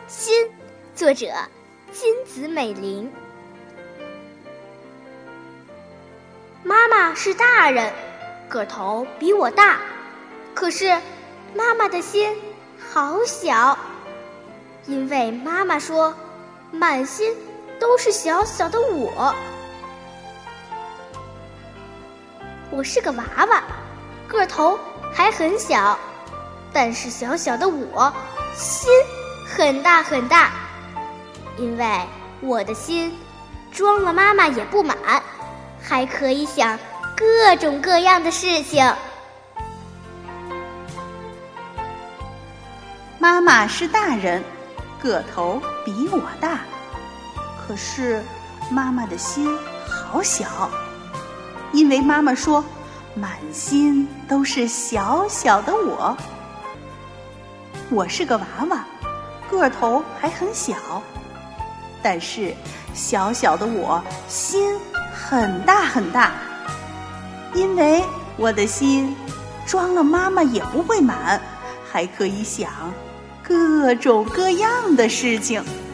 心，作者金子美玲。妈妈是大人，个头比我大，可是妈妈的心好小，因为妈妈说，满心都是小小的我。我是个娃娃，个头还很小，但是小小的我心很大很大，因为我的心装了妈妈也不满，还可以想各种各样的事情。 妈妈是大人，个头比我大，可是妈妈的心好小，因为妈妈说，满心都是小小的我。我是个娃娃，个头还很小，但是小小的我心很大很大，因为我的心装了妈妈也不会满，还可以想各种各样的事情。